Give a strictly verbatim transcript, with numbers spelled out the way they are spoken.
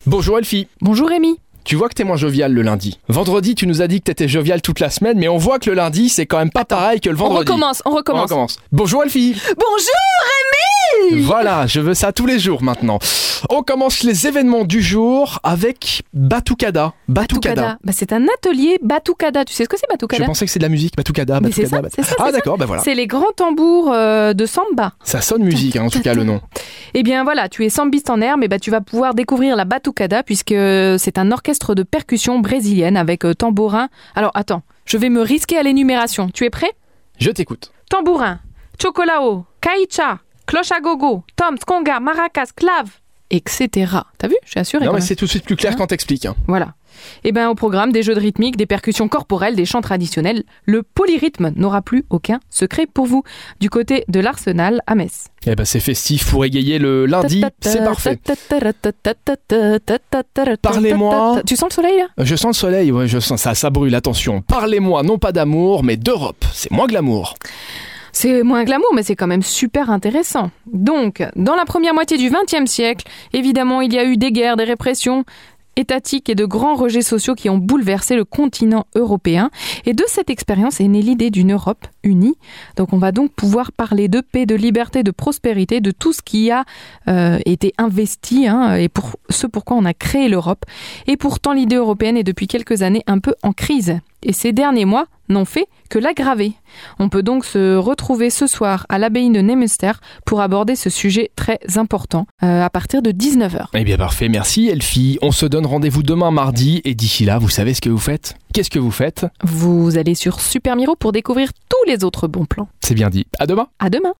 Bonjour Elfie. Bonjour Rémi. Tu vois que t'es moins jovial le lundi. Vendredi, tu nous as dit que t'étais jovial toute la semaine, mais on voit que le lundi, c'est quand même pas Attends, pareil que le vendredi. On recommence, on recommence. On recommence. Bonjour Elfie. Bonjour Rémi. Voilà, je veux ça tous les jours maintenant. On commence les événements du jour avec Batucada. Batucada. Bah, c'est un atelier Batucada. Tu sais ce que c'est Je Batucada? pensais que c'est de la musique, Batucada, Mais c'est Batucada. ça, Bat- c'est ça, ah c'est d'accord, bah voilà. C'est les grands tambours euh, de samba. Ça sonne musique, hein, en tout cas le nom. Eh bien voilà, tu es sambiste en herbe, et bah, tu vas pouvoir découvrir la Batucada puisque c'est un orchestre de percussion brésilienne avec euh, tambourin. Alors attends, je vais me risquer à l'énumération. Tu es prêt? Je t'écoute. Tambourin, chocolao, caicha, cloche à gogo, tom, conga, maracas, clave, et cetera. T'as vu? Je suis assurée. Non quand mais même. c'est tout de suite plus clair quand t'expliques. Hein. Voilà. Et bien au programme, des jeux de rythmique, des percussions corporelles, des chants traditionnels, le polyrythme n'aura plus aucun secret pour vous. Du côté de l'Arsenal à Metz. Eh ben c'est festif pour égayer le lundi, c'est parfait. Parlez-moi. Tu sens le soleil là? Je sens le soleil, ouais, je sens ça, ça brûle, attention. Parlez-moi non pas d'amour, mais d'Europe. C'est moins glamour. C'est moins glamour, mais c'est quand même super intéressant. Donc, dans la première moitié du vingtième siècle, évidemment, il y a eu des guerres, des répressions étatiques et de grands rejets sociaux qui ont bouleversé le continent européen. Et de cette expérience est née l'idée d'une Europe unie. Donc on va donc pouvoir parler de paix, de liberté, de prospérité, de tout ce qui a euh, été investi, hein, et pour ce pourquoi on a créé l'Europe. Et pourtant l'idée européenne est depuis quelques années un peu en crise. Et ces derniers mois n'ont fait que l'aggraver. On peut donc se retrouver ce soir à l'abbaye de Neumünster pour aborder ce sujet très important euh, à partir de dix-neuf heures. Eh bien parfait, merci Elfie. On se donne rendez-vous demain mardi et d'ici là, vous savez ce que vous faites? Qu'est-ce que vous faites? Vous allez sur Super Miro pour découvrir tous les autres bons plans. C'est bien dit. À demain. À demain.